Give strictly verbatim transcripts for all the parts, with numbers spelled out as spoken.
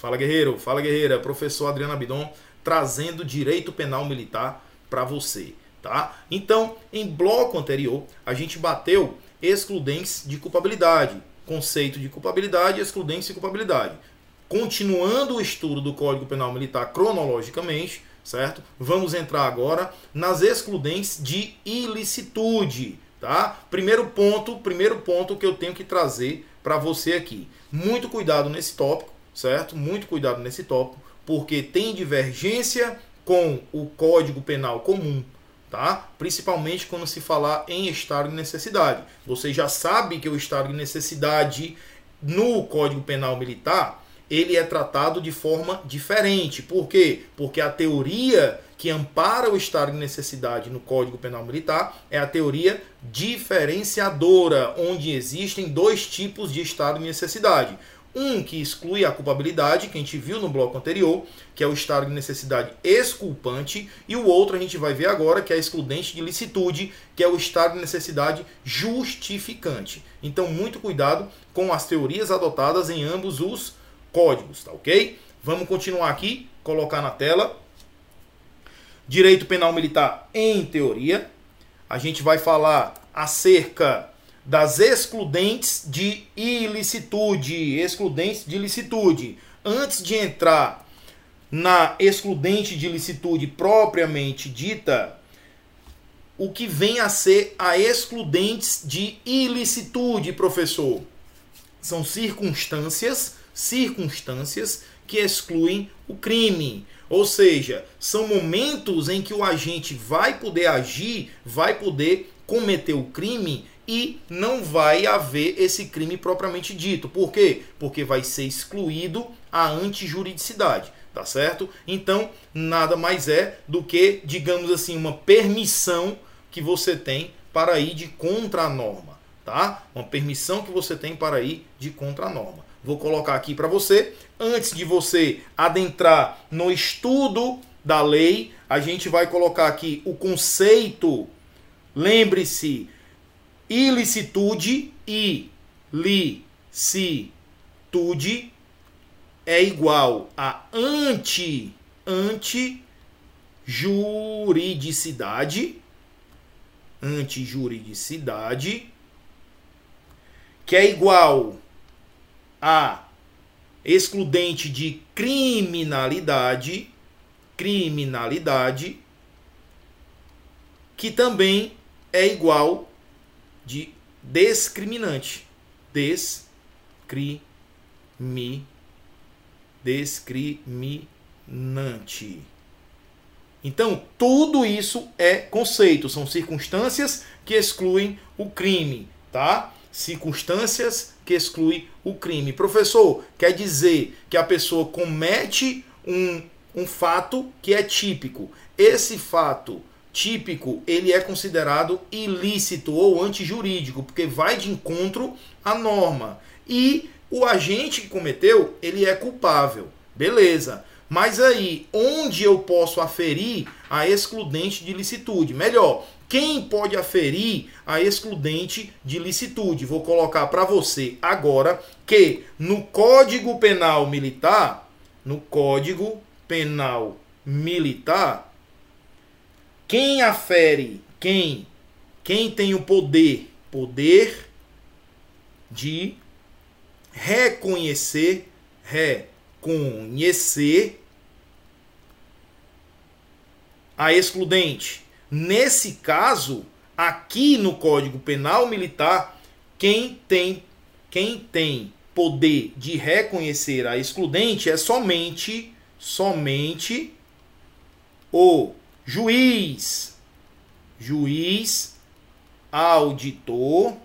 Fala, guerreiro, fala, guerreira. Professor Adriano Abidon trazendo direito penal militar para você, tá? Então, em bloco anterior, a gente bateu excludentes de culpabilidade, conceito de culpabilidade, excludentes de culpabilidade. Continuando o estudo do Código Penal Militar cronologicamente, certo? Vamos entrar agora nas excludentes de ilicitude, tá? Primeiro ponto, primeiro ponto que eu tenho que trazer para você aqui. Muito cuidado nesse tópico, certo? Muito cuidado nesse tópico, porque tem divergência com o Código Penal comum, tá? Principalmente quando se falar em estado de necessidade. Você já sabe que o estado de necessidade no Código Penal Militar ele é tratado de forma diferente. Por quê? Porque a teoria que ampara o estado de necessidade no Código Penal Militar é a teoria diferenciadora, onde existem dois tipos de estado de necessidade. Um que exclui a culpabilidade, que a gente viu no bloco anterior, que é o estado de necessidade exculpante, e o outro a gente vai ver agora, que é a excludente de licitude, que é o estado de necessidade justificante. Então, muito cuidado com as teorias adotadas em ambos os códigos, tá ok? Vamos continuar aqui, colocar na tela. Direito penal militar em teoria. A gente vai falar acerca das excludentes de ilicitude. Excludentes de ilicitude. Antes de entrar na excludente de ilicitude propriamente dita, o que vem a ser a excludentes de ilicitude, professor? São circunstâncias circunstâncias que excluem o crime. Ou seja, são momentos em que o agente vai poder agir, vai poder cometer o crime e não vai haver esse crime propriamente dito. Por quê? Porque vai ser excluído a antijuridicidade, tá certo? Então, nada mais é do que, digamos assim, uma permissão que você tem para ir de contra a norma, tá? Uma permissão que você tem para ir de contra a norma. Vou colocar aqui para você. Antes de você adentrar no estudo da lei, a gente vai colocar aqui o conceito. Lembre-se, ilicitude e licitude é igual a anti, antijuridicidade, antijuridicidade, que é igual a excludente de criminalidade, criminalidade, que também é igual de discriminante, descrimi, discriminante. Então, tudo isso é conceito, são circunstâncias que excluem o crime, tá? Circunstâncias que excluem o crime. Professor, quer dizer que a pessoa comete um, um fato que é típico. Esse fato típico, ele é considerado ilícito ou antijurídico, porque vai de encontro à norma. E o agente que cometeu, ele é culpável. Beleza. Mas aí, onde eu posso aferir a excludente de licitude? Melhor, quem pode aferir a excludente de licitude? Vou colocar para você agora que no Código Penal Militar, no Código Penal Militar, quem afere, quem, quem tem o poder, poder de reconhecer, reconhecer a excludente. Nesse caso, aqui no Código Penal Militar, quem tem, quem tem poder de reconhecer a excludente é somente, somente o juiz, juiz, auditor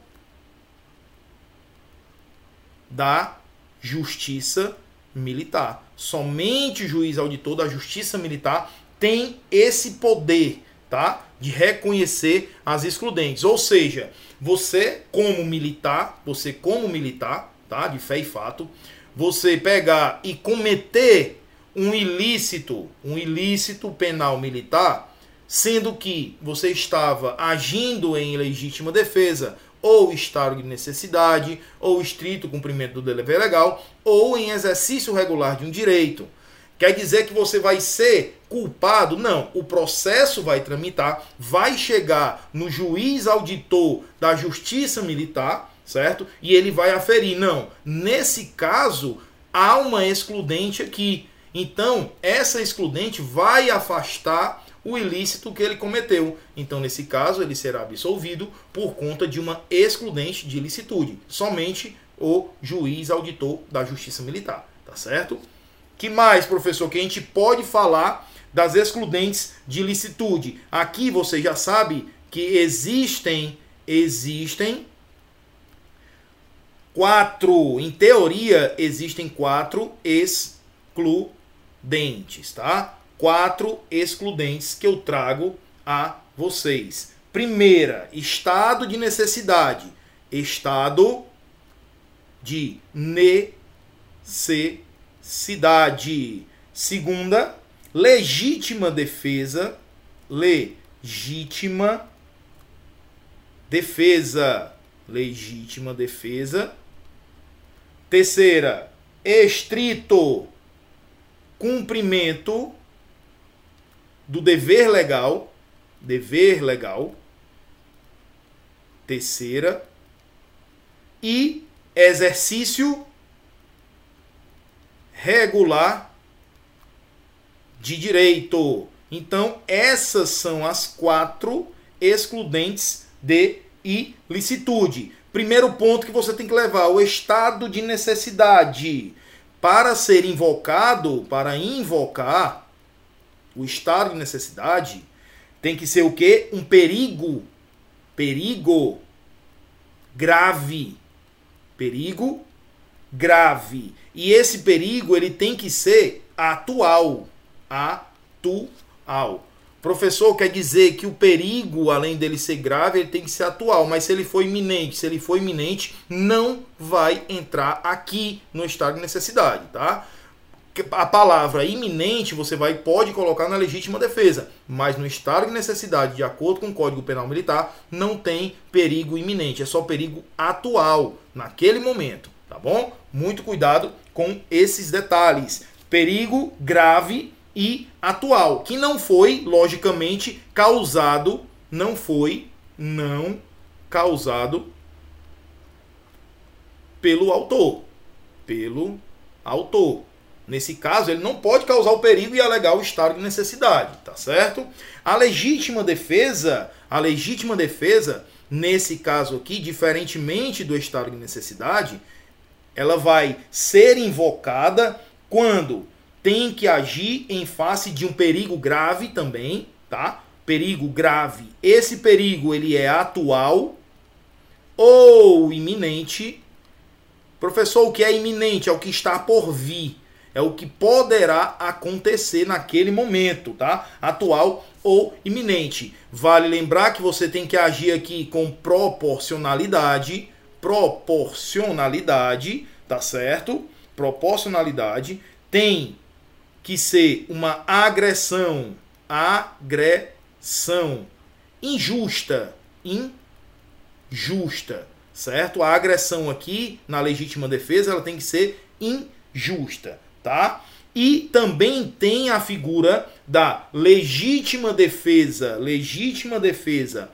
da Justiça Militar. Somente o juiz auditor da Justiça Militar tem esse poder, tá? De reconhecer as excludentes. Ou seja, você como militar, você como militar, tá? De fé e fato, você pegar e cometer um ilícito, um ilícito penal militar, sendo que você estava agindo em legítima defesa ou estado de necessidade, ou estrito cumprimento do dever legal, ou em exercício regular de um direito. Quer dizer que você vai ser culpado? Não. O processo vai tramitar, vai chegar no juiz auditor da Justiça Militar, certo? E ele vai aferir. Não. Nesse caso, há uma excludente aqui. Então, essa excludente vai afastar o ilícito que ele cometeu. Então, nesse caso, ele será absolvido por conta de uma excludente de ilicitude. Somente o juiz auditor da Justiça Militar. Tá certo? Que mais, professor, que a gente pode falar das excludentes de ilicitude? Aqui você já sabe que existem, existem quatro, em teoria, existem quatro excludentes, tá? Quatro excludentes que eu trago a vocês. Primeira, estado de necessidade. Estado de necessidade. Cidade. Segunda, legítima defesa. Legítima defesa. Legítima defesa. Terceira, estrito cumprimento do dever legal. Dever legal. Terceira. E exercício regular de direito. Então, essas são as quatro excludentes de ilicitude. Primeiro ponto que você tem que levar, o estado de necessidade. Para ser invocado, para invocar o estado de necessidade, tem que ser o quê? Um perigo. Perigo grave. Perigo grave. E esse perigo, ele tem que ser atual. Atual. Professor, quer dizer que o perigo, além dele ser grave, ele tem que ser atual. Mas se ele for iminente, se ele for iminente, não vai entrar aqui no estado de necessidade, tá? A palavra iminente você vai, pode colocar na legítima defesa, mas no estado de necessidade, de acordo com o Código Penal Militar, não tem perigo iminente, é só perigo atual, naquele momento, tá bom? Muito cuidado com esses detalhes. Perigo grave e atual, que não foi, logicamente, causado, não foi, não causado pelo autor. Pelo autor. Nesse caso, ele não pode causar o perigo e alegar o estado de necessidade, tá certo? A legítima defesa, a legítima defesa, nesse caso aqui, diferentemente do estado de necessidade, ela vai ser invocada quando tem que agir em face de um perigo grave também, tá? Perigo grave. Esse perigo, ele é atual ou iminente. Professor, o que é iminente? É o que está por vir. É o que poderá acontecer naquele momento, tá? Atual ou iminente. Vale lembrar que você tem que agir aqui com proporcionalidade. Proporcionalidade, tá certo? Proporcionalidade. Tem que ser uma agressão. Agressão. Injusta. Injusta. Certo? A agressão aqui, na legítima defesa, ela tem que ser injusta. Tá? E também tem a figura da legítima defesa, legítima defesa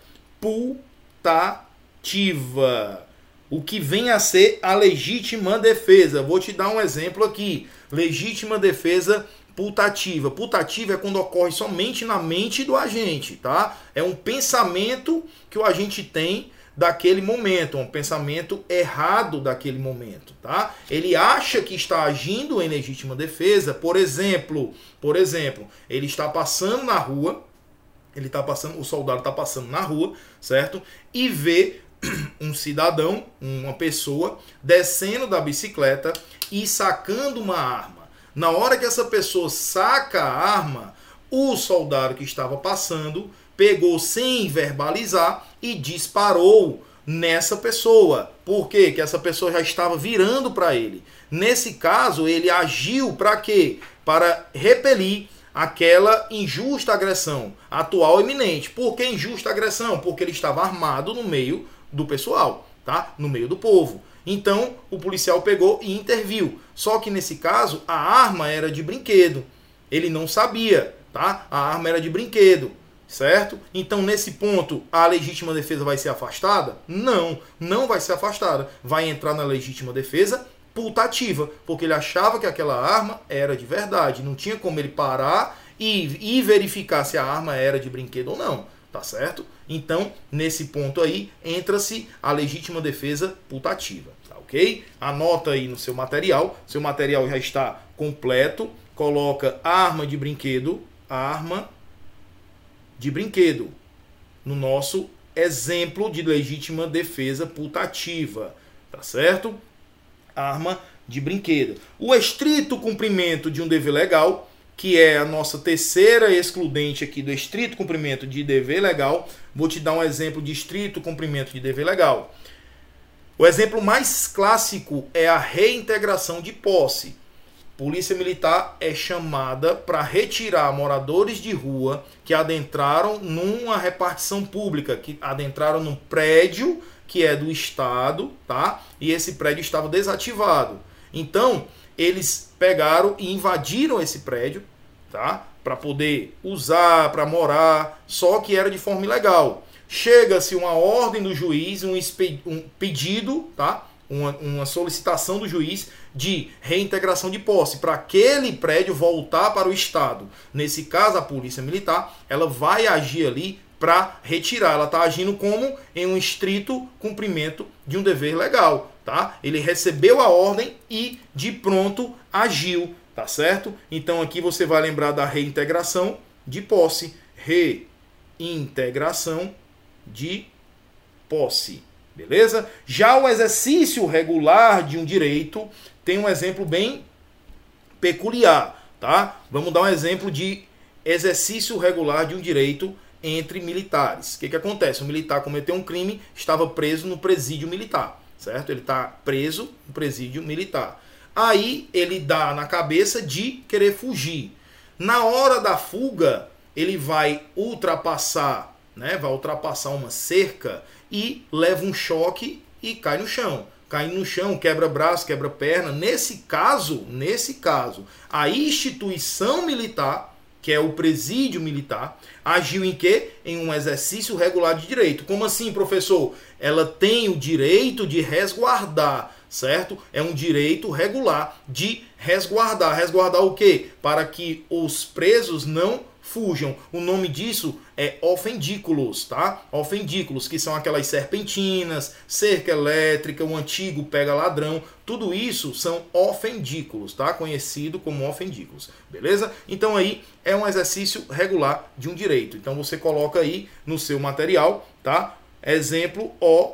putativa. O que vem a ser a legítima defesa. Vou te dar um exemplo aqui. Legítima defesa putativa. Putativa é quando ocorre somente na mente do agente, tá? É um pensamento que o agente tem daquele momento, um pensamento errado daquele momento, tá? Ele acha que está agindo em legítima defesa, por exemplo, por exemplo, ele está passando na rua, ele está passando, o soldado está passando na rua, certo? E vê um cidadão, uma pessoa, descendo da bicicleta e sacando uma arma. Na hora que essa pessoa saca a arma, o soldado que estava passando pegou sem verbalizar e disparou nessa pessoa. Por quê? Porque essa pessoa já estava virando para ele. Nesse caso, ele agiu para quê? Para repelir aquela injusta agressão atual e iminente. Por que injusta agressão? Porque ele estava armado no meio do pessoal, tá? No meio do povo. Então, o policial pegou e interviu. Só que nesse caso, a arma era de brinquedo. Ele não sabia, tá? A arma era de brinquedo, certo? Então, nesse ponto, a legítima defesa vai ser afastada? Não, não vai ser afastada. Vai entrar na legítima defesa putativa, porque ele achava que aquela arma era de verdade. Não tinha como ele parar e, e verificar se a arma era de brinquedo ou não, tá certo? Então, nesse ponto aí, entra-se a legítima defesa putativa, tá ok? Anota aí no seu material, seu material já está completo, coloca arma de brinquedo, arma de brinquedo, no nosso exemplo de legítima defesa putativa, tá certo? Arma de brinquedo. O estrito cumprimento de um dever legal, que é a nossa terceira excludente aqui do estrito cumprimento de dever legal. Vou te dar um exemplo de estrito cumprimento de dever legal. O exemplo mais clássico é a reintegração de posse. Polícia Militar é chamada para retirar moradores de rua que adentraram numa repartição pública, que adentraram num prédio que é do Estado, tá? E esse prédio estava desativado. Então, eles pegaram e invadiram esse prédio, tá? Para poder usar, para morar, só que era de forma ilegal. Chega-se uma ordem do juiz, um, um pedido, tá? Uma, uma solicitação do juiz de reintegração de posse para aquele prédio voltar para o Estado. Nesse caso, a Polícia Militar, ela vai agir ali para retirar. Ela está agindo como em um estrito cumprimento de um dever legal, tá? Ele recebeu a ordem e de pronto agiu, tá certo? Então aqui você vai lembrar da reintegração de posse. Reintegração de posse. Beleza? Já o exercício regular de um direito tem um exemplo bem peculiar, tá? Vamos dar um exemplo de exercício regular de um direito entre militares. O que que acontece? O militar cometeu um crime, estava preso no presídio militar, certo? Ele está preso no presídio militar. Aí ele dá na cabeça de querer fugir. Na hora da fuga, ele vai ultrapassar, né? Vai ultrapassar uma cerca e leva um choque e cai no chão. Cai no chão, quebra braço, quebra perna. Nesse caso, nesse caso, a instituição militar, que é o presídio militar, agiu em quê? Em um exercício regular de direito. Como assim, professor? Ela tem o direito de resguardar, certo? É um direito regular de resguardar. Resguardar o quê? Para que os presos não fujam. O nome disso é ofendículos, tá? Ofendículos, que são aquelas serpentinas, cerca elétrica, o antigo pega-ladrão, tudo isso são ofendículos, tá? Conhecido como ofendículos, beleza? Então aí é um exercício regular de um direito. Então você coloca aí no seu material, tá? Exemplo,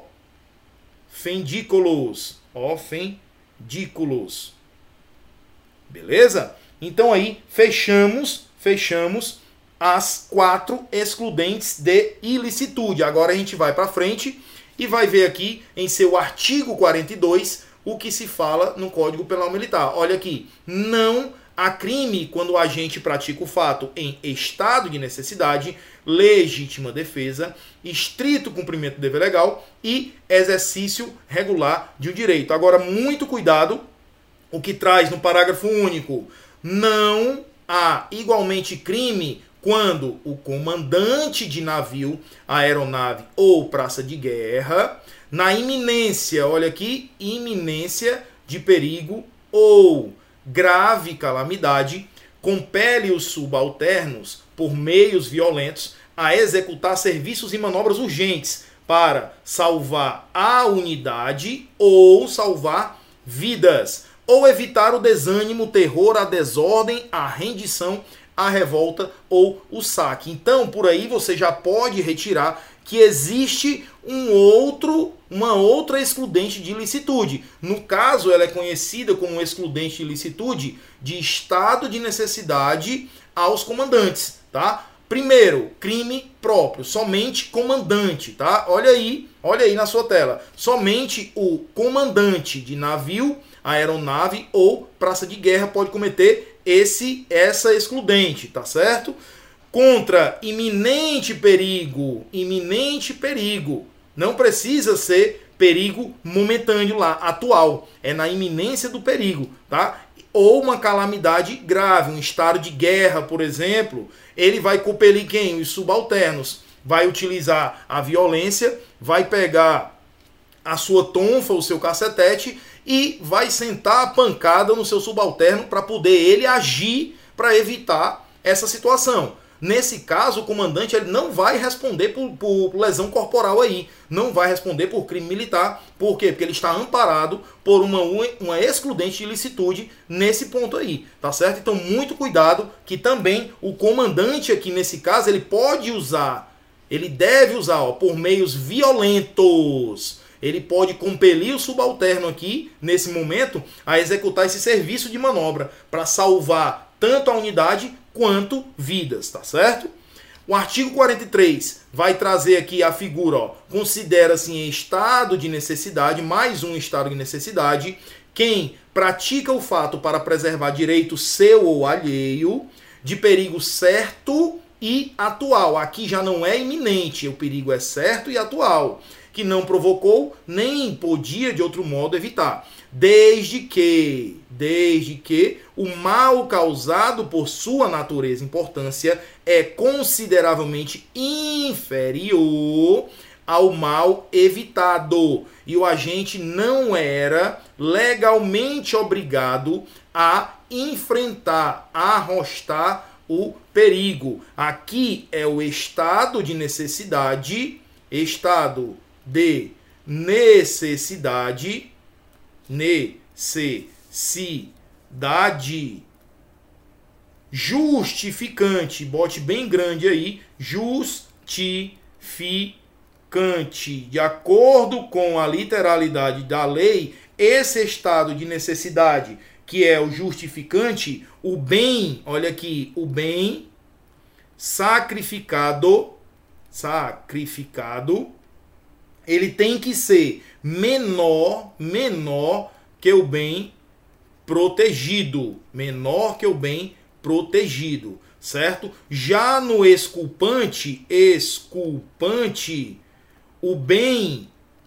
ofendículos, ofendículos, beleza? Então aí fechamos, fechamos as quatro excludentes de ilicitude. Agora a gente vai para frente e vai ver aqui em seu artigo quarenta e dois o que se fala no Código Penal Militar. Olha aqui, não há crime quando o agente pratica o fato em estado de necessidade, legítima defesa, estrito cumprimento do dever legal e exercício regular de um direito. Agora, muito cuidado, o que traz no parágrafo único, não há igualmente crime quando o comandante de navio, aeronave ou praça de guerra, na iminência, olha aqui, iminência de perigo ou grave calamidade, compele os subalternos, por meios violentos, a executar serviços e manobras urgentes para salvar a unidade ou salvar vidas, ou evitar o desânimo, o terror, a desordem, a rendição, a revolta ou o saque. Então, por aí você já pode retirar que existe um outro, uma outra excludente de ilicitude. No caso, ela é conhecida como excludente de ilicitude de estado de necessidade aos comandantes, tá? Primeiro, crime próprio, somente comandante, tá? Olha aí, olha aí na sua tela. Somente o comandante de navio, aeronave ou praça de guerra pode cometer esse essa excludente, tá certo? Contra iminente perigo, iminente perigo, Não precisa ser perigo momentâneo lá, atual. É na iminência do perigo, tá? Ou uma calamidade grave, um estado de guerra, por exemplo. Ele vai compelir quem? Os subalternos. Vai utilizar a violência, vai pegar a sua tonfa, o seu cacetete e vai sentar a pancada no seu subalterno para poder ele agir para evitar essa situação. Nesse caso, o comandante ele não vai responder por, por lesão corporal aí, não vai responder por crime militar. Por quê? Porque ele está amparado por uma, uma excludente de ilicitude nesse ponto aí, tá certo? Então, muito cuidado que também o comandante aqui nesse caso, ele pode usar, ele deve usar ó, por meios violentos. Ele pode compelir o subalterno aqui, nesse momento, a executar esse serviço de manobra para salvar tanto a unidade quanto vidas, tá certo? O artigo quarenta e três vai trazer aqui a figura, ó, considera-se em estado de necessidade, mais um estado de necessidade, quem pratica o fato para preservar direito seu ou alheio, de perigo certo e atual. Aqui já não é iminente, o perigo é certo e atual, que não provocou nem podia de outro modo evitar, desde que, desde que o mal causado por sua natureza e importância é consideravelmente inferior ao mal evitado e o agente não era legalmente obrigado a enfrentar, a arrostar o perigo. Aqui é o estado de necessidade, estado de necessidade, necessidade justificante, bote bem grande aí, justificante, de acordo com a literalidade da lei, esse estado de necessidade, que é o justificante, o bem, olha aqui, o bem sacrificado, sacrificado, ele tem que ser menor, menor que o bem protegido, menor que o bem protegido, certo? Já no exculpante, exculpante, o bem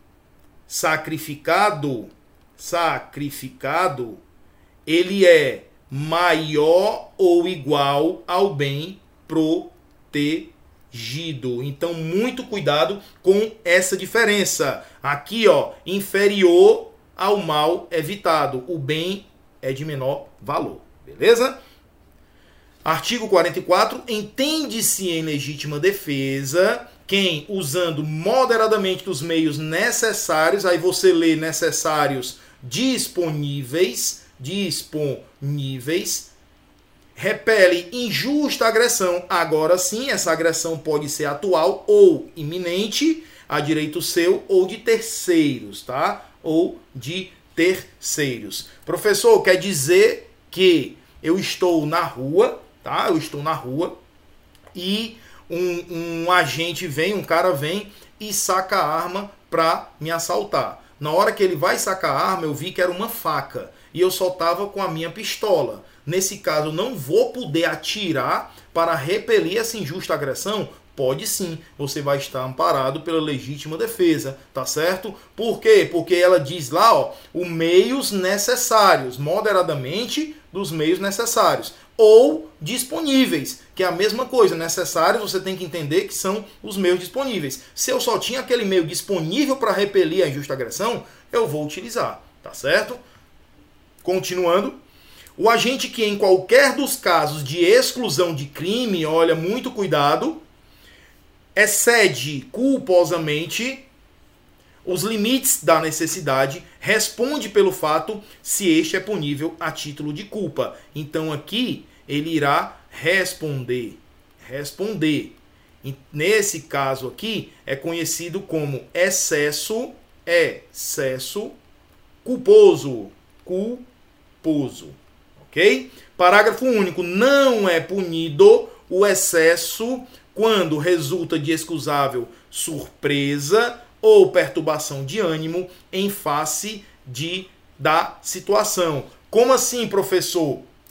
sacrificado, sacrificado, ele é maior ou igual ao bem protegido. Então, muito cuidado com essa diferença. Aqui, ó, inferior ao mal evitado. O bem é de menor valor. Beleza? Artigo quarenta e quatro. Entende-se em legítima defesa quem, usando moderadamente dos meios necessários, aí você lê necessários disponíveis, disponíveis, repele injusta agressão. Agora sim, essa agressão pode ser atual ou iminente, a direito seu ou de terceiros, tá? Ou de terceiros. Professor, quer dizer que eu estou na rua, tá? Eu estou na rua e um, um agente vem, um cara vem e saca a arma para me assaltar. Na hora que ele vai sacar a arma, eu vi que era uma faca e eu só estava com a minha pistola. Nesse caso, eu não vou poder atirar para repelir essa injusta agressão? Pode sim, você vai estar amparado pela legítima defesa, tá certo? Por quê? Porque ela diz lá, ó, os meios necessários, moderadamente dos meios necessários, ou disponíveis, que é a mesma coisa, necessários você tem que entender que são os meios disponíveis. Se eu só tinha aquele meio disponível para repelir a injusta agressão, eu vou utilizar, tá certo? Continuando. O agente que em qualquer dos casos de exclusão de crime, olha, muito cuidado, excede culposamente os limites da necessidade, responde pelo fato se este é punível a título de culpa. Então aqui ele irá responder. Responder. E nesse caso aqui é conhecido como excesso, excesso culposo. Culposo. Ok? Parágrafo único. Não é punido o excesso quando resulta de excusável surpresa ou perturbação de ânimo em face de, da situação. Como assim, professor?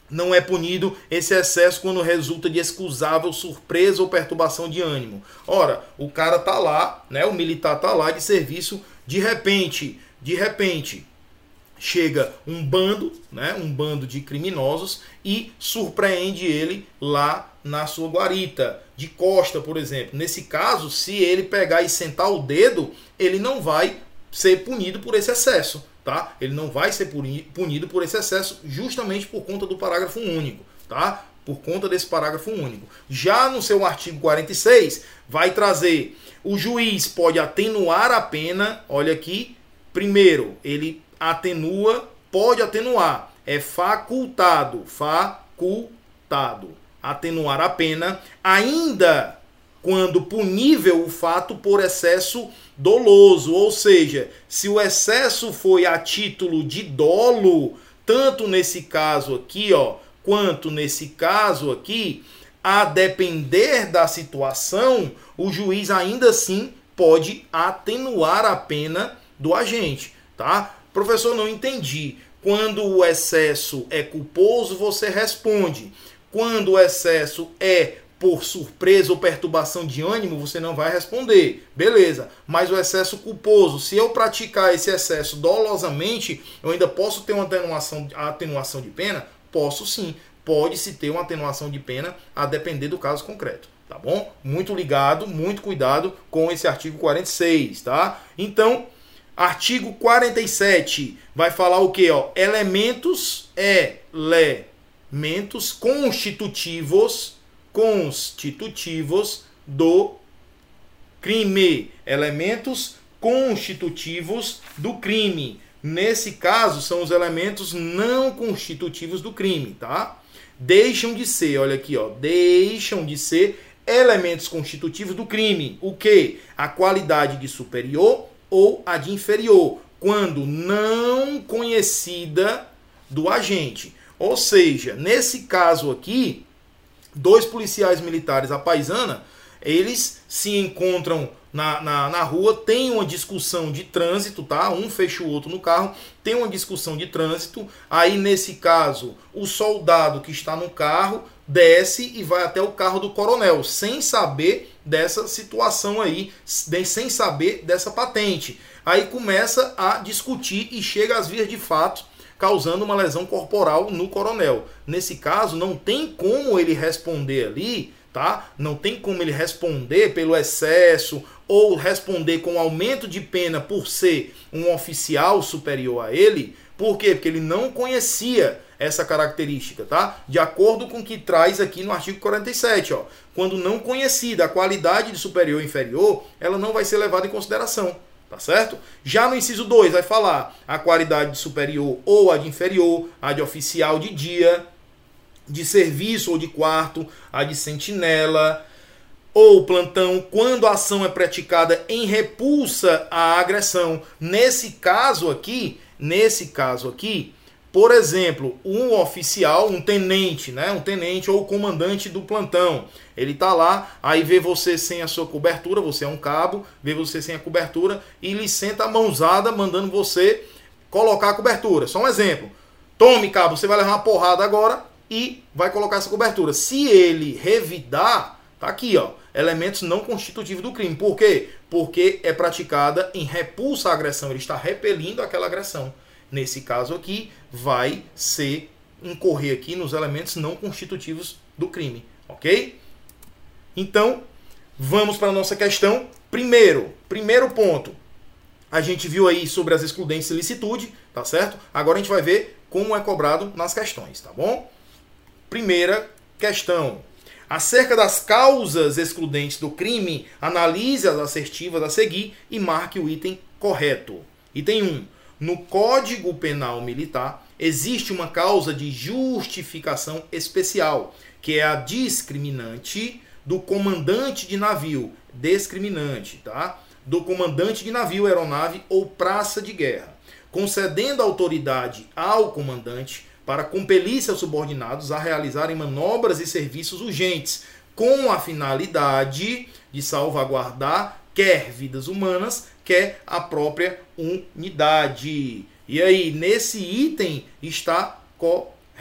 não é punido esse excesso quando resulta de excusável surpresa ou perturbação de ânimo. Ora, o cara tá lá, né, o militar tá lá de serviço, de repente, de repente, chega um bando, né, um bando de criminosos e surpreende ele lá na sua guarita, de costa, por exemplo. Nesse caso, se ele pegar e sentar o dedo, ele não vai ser punido por esse excesso, tá? Ele não vai ser punido por esse excesso justamente por conta do parágrafo único, tá? Por conta desse parágrafo único. Já no seu artigo quarenta e seis, vai trazer: o juiz pode atenuar a pena, olha aqui, primeiro, ele atenua, pode atenuar, é facultado, facultado, atenuar a pena, ainda quando punível o fato por excesso doloso, ou seja, se o excesso foi a título de dolo, tanto nesse caso aqui, ó, quanto nesse caso aqui, a depender da situação, o juiz ainda assim pode atenuar a pena do agente, tá? Professor, não entendi. Quando o excesso é culposo, você responde. Quando o excesso é por surpresa ou perturbação de ânimo, você não vai responder. Beleza. Mas o excesso culposo, se eu praticar esse excesso dolosamente, eu ainda posso ter uma atenuação, atenuação de pena? Posso sim. Pode-se ter uma atenuação de pena a depender do caso concreto. Tá bom? Muito ligado, muito cuidado com esse artigo quarenta e seis, tá? Então, artigo quarenta e sete vai falar o quê? Ó? Elementos, elementos constitutivos, constitutivos do crime. Elementos constitutivos do crime. Nesse caso, são os elementos não constitutivos do crime, tá? Deixam de ser, olha aqui, ó, deixam de ser elementos constitutivos do crime. O quê? A qualidade de superior ou a de inferior, quando não conhecida do agente. Ou seja, nesse caso aqui, dois policiais militares à paisana, eles se encontram na, na, na rua, tem uma discussão de trânsito, tá? Um fecha o outro no carro, tem uma discussão de trânsito, aí nesse caso, o soldado que está no carro desce e vai até o carro do coronel, sem saber dessa situação aí, sem saber dessa patente. Aí começa a discutir e chega às vias de fato, causando uma lesão corporal no coronel. Nesse caso, não tem como ele responder ali, tá? Não tem como ele responder pelo excesso ou responder com aumento de pena por ser um oficial superior a ele. Por quê? Porque ele não conhecia essa característica, tá? De acordo com o que traz aqui no artigo quarenta e sete, ó. Quando não conhecida a qualidade de superior e inferior, ela não vai ser levada em consideração, tá certo? Já no inciso dois vai falar a qualidade de superior ou a de inferior, a de oficial de dia, de serviço ou de quarto, a de sentinela ou plantão, quando a ação é praticada em repulsa à agressão. Nesse caso aqui, nesse caso aqui, por exemplo, um oficial, um tenente, né, um tenente ou comandante do plantão, ele tá lá, aí vê você sem a sua cobertura, você é um cabo, vê você sem a cobertura e lhe senta a mãozada mandando você colocar a cobertura. Só um exemplo. Tome, cabo, você vai levar uma porrada agora e vai colocar essa cobertura. Se ele revidar, tá aqui, ó, elementos não constitutivos do crime. Por quê? Porque é praticada em repulsa à agressão, ele está repelindo aquela agressão. Nesse caso aqui, vai ser incorrer aqui nos elementos não constitutivos do crime, ok? Então, vamos para a nossa questão. Primeiro, primeiro ponto, a gente viu aí sobre as excludentes de licitude, tá certo? Agora a gente vai ver como é cobrado nas questões, tá bom? Primeira questão. Acerca das causas excludentes do crime, analise as assertivas a seguir e marque o item correto. Item um. No Código Penal Militar, existe uma causa de justificação especial, que é a discriminante do comandante de navio. Discriminante, tá? Do comandante de navio, aeronave ou praça de guerra, concedendo autoridade ao comandante para compelir seus subordinados a realizarem manobras e serviços urgentes, com a finalidade de salvaguardar quer vidas humanas, quer a própria unidade. E aí, nesse item está correto.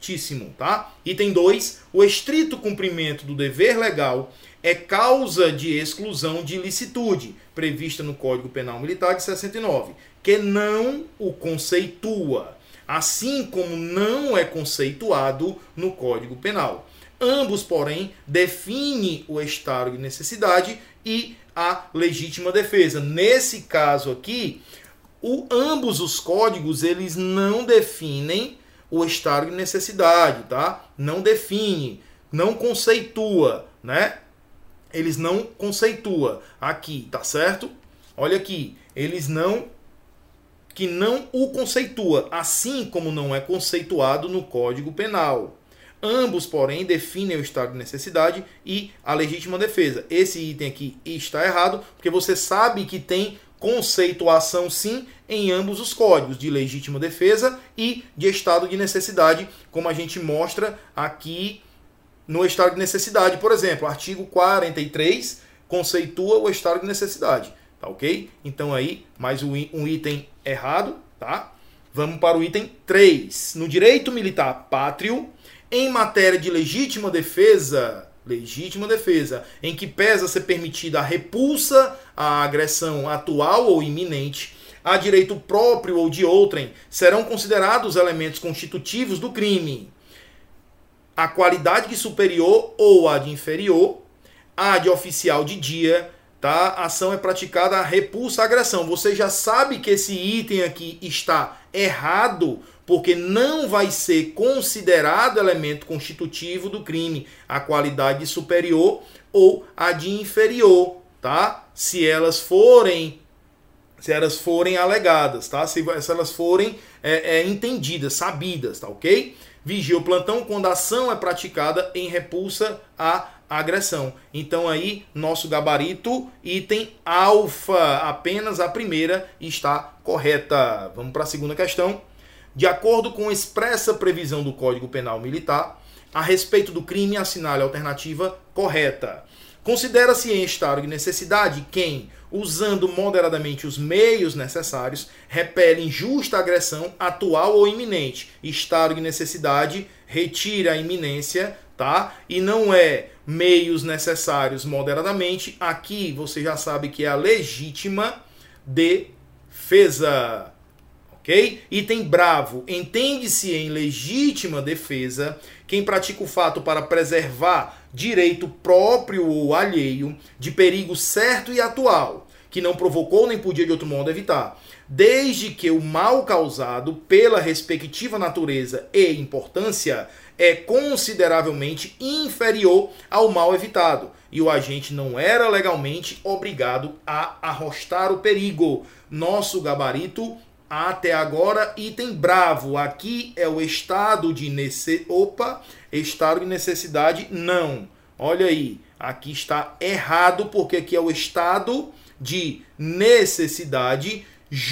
corretíssimo, tá? Item dois, o estrito cumprimento do dever legal é causa de exclusão de ilicitude, prevista no Código Penal Militar de sessenta e nove, que não o conceitua, assim como não é conceituado no Código Penal. Ambos, porém, definem o estado de necessidade e a legítima defesa. Nesse caso aqui, o, ambos os códigos eles não definem o estado de necessidade, tá? Não define, não conceitua, né? Eles não conceitua aqui, tá certo? Olha aqui, eles não que não o conceitua, assim como não é conceituado no Código Penal. Ambos, porém, definem o estado de necessidade e a legítima defesa. Esse item aqui está errado, porque você sabe que tem conceituação, sim, em ambos os códigos, de legítima defesa e de estado de necessidade, como a gente mostra aqui no estado de necessidade. Por exemplo, artigo quarenta e três conceitua o estado de necessidade. Tá ok? Então aí, mais um item errado, tá? Vamos para o item três. No direito militar pátrio, em matéria de legítima defesa, legítima defesa, em que pesa ser permitida a repulsa à agressão atual ou iminente, a direito próprio ou de outrem, serão considerados elementos constitutivos do crime a qualidade de superior ou a de inferior, a de oficial de dia, tá? A ação é praticada a repulsa à agressão. Você já sabe que esse item aqui está errado, porque não vai ser considerado elemento constitutivo do crime a qualidade de superior ou a de inferior, tá? Se elas forem, se elas forem alegadas, tá? Se, se elas forem é, é, entendidas, sabidas, tá ok? Vigia o plantão quando a ação é praticada em repulsa à agressão. Então aí, nosso gabarito, item alfa, apenas a primeira está correta. Vamos para a segunda questão. De acordo com expressa previsão do Código Penal Militar, a respeito do crime, assinale a alternativa correta. Considera-se em estado de necessidade quem, usando moderadamente os meios necessários, repele injusta agressão atual ou iminente. Estado de necessidade retira a iminência, tá? E não é meios necessários moderadamente. Aqui você já sabe que é a legítima defesa. Ok? Item bravo. Entende-se em legítima defesa quem pratica o fato para preservar direito próprio ou alheio de perigo certo e atual, que não provocou nem podia de outro modo evitar, desde que o mal causado pela respectiva natureza e importância é consideravelmente inferior ao mal evitado, e o agente não era legalmente obrigado a arrostar o perigo. Nosso gabarito até agora, item bravo. Aqui é o estado de nece... Opa, estado de necessidade, não. Olha aí, aqui está errado, porque aqui é o estado de necessidade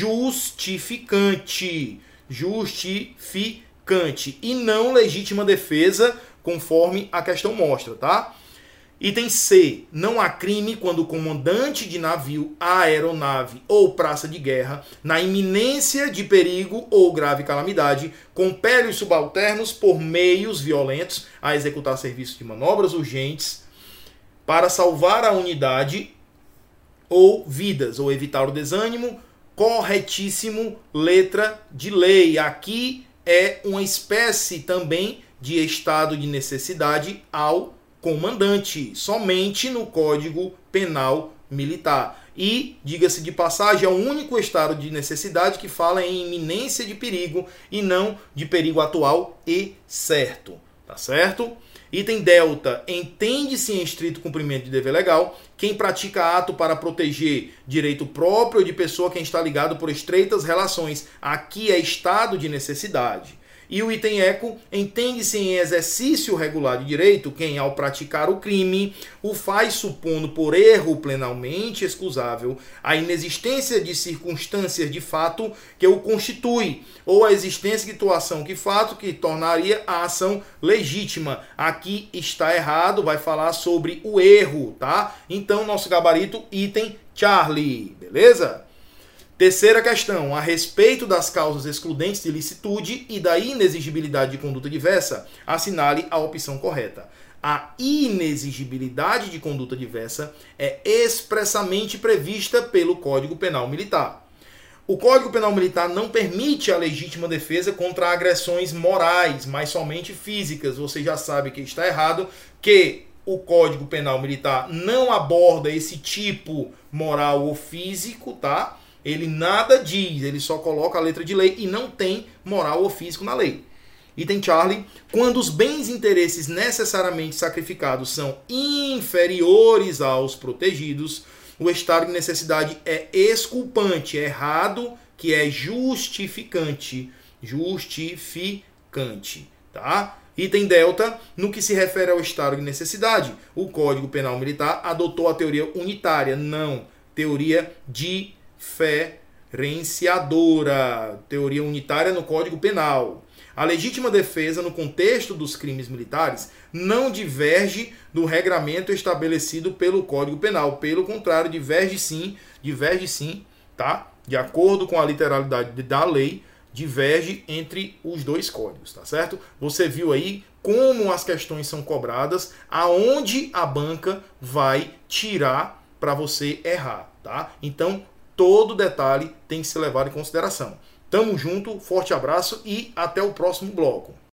justificante. Justificante. E não legítima defesa, conforme a questão mostra, tá? Item C. Não há crime quando o comandante de navio, aeronave ou praça de guerra, na iminência de perigo ou grave calamidade, compele os subalternos por meios violentos a executar serviços de manobras urgentes para salvar a unidade ou vidas, ou evitar o desânimo. Corretíssimo, letra de lei. Aqui é uma espécie também de estado de necessidade ao comandante, somente no Código Penal Militar. E, diga-se de passagem, é o único estado de necessidade que fala em iminência de perigo e não de perigo atual e certo. Tá certo? Item delta. Entende-se em estrito cumprimento de dever legal quem pratica ato para proteger direito próprio de pessoa quem está ligado por estreitas relações. Aqui é estado de necessidade. E o item eco, entende-se em exercício regular de direito quem, ao praticar o crime, o faz supondo por erro plenamente excusável a inexistência de circunstâncias de fato que o constitui, ou a existência de situação que fato que tornaria a ação legítima. Aqui está errado, vai falar sobre o erro, tá? Então, nosso gabarito, item Charlie, beleza? Terceira questão, a respeito das causas excludentes de licitude e da inexigibilidade de conduta diversa, assinale a opção correta. A inexigibilidade de conduta diversa é expressamente prevista pelo Código Penal Militar. O Código Penal Militar não permite a legítima defesa contra agressões morais, mas somente físicas. Você já sabe que está errado, que o Código Penal Militar não aborda esse tipo moral ou físico, tá? Ele nada diz, ele só coloca a letra de lei e não tem moral ou físico na lei. Item Charlie, quando os bens e interesses necessariamente sacrificados são inferiores aos protegidos, o estado de necessidade é exculpante, é errado, que é justificante. Justificante, tá? Item delta, no que se refere ao estado de necessidade, o Código Penal Militar adotou a teoria unitária, não, teoria diferenciadora, teoria unitária no Código Penal. A legítima defesa, no contexto dos crimes militares, não diverge do regramento estabelecido pelo Código Penal. Pelo contrário, diverge sim, diverge sim, tá? De acordo com a literalidade da lei, diverge entre os dois códigos, tá certo? Você viu aí como as questões são cobradas, aonde a banca vai tirar para você errar, tá? Então, todo detalhe tem que ser levado em consideração. Tamo junto, forte abraço e até o próximo bloco.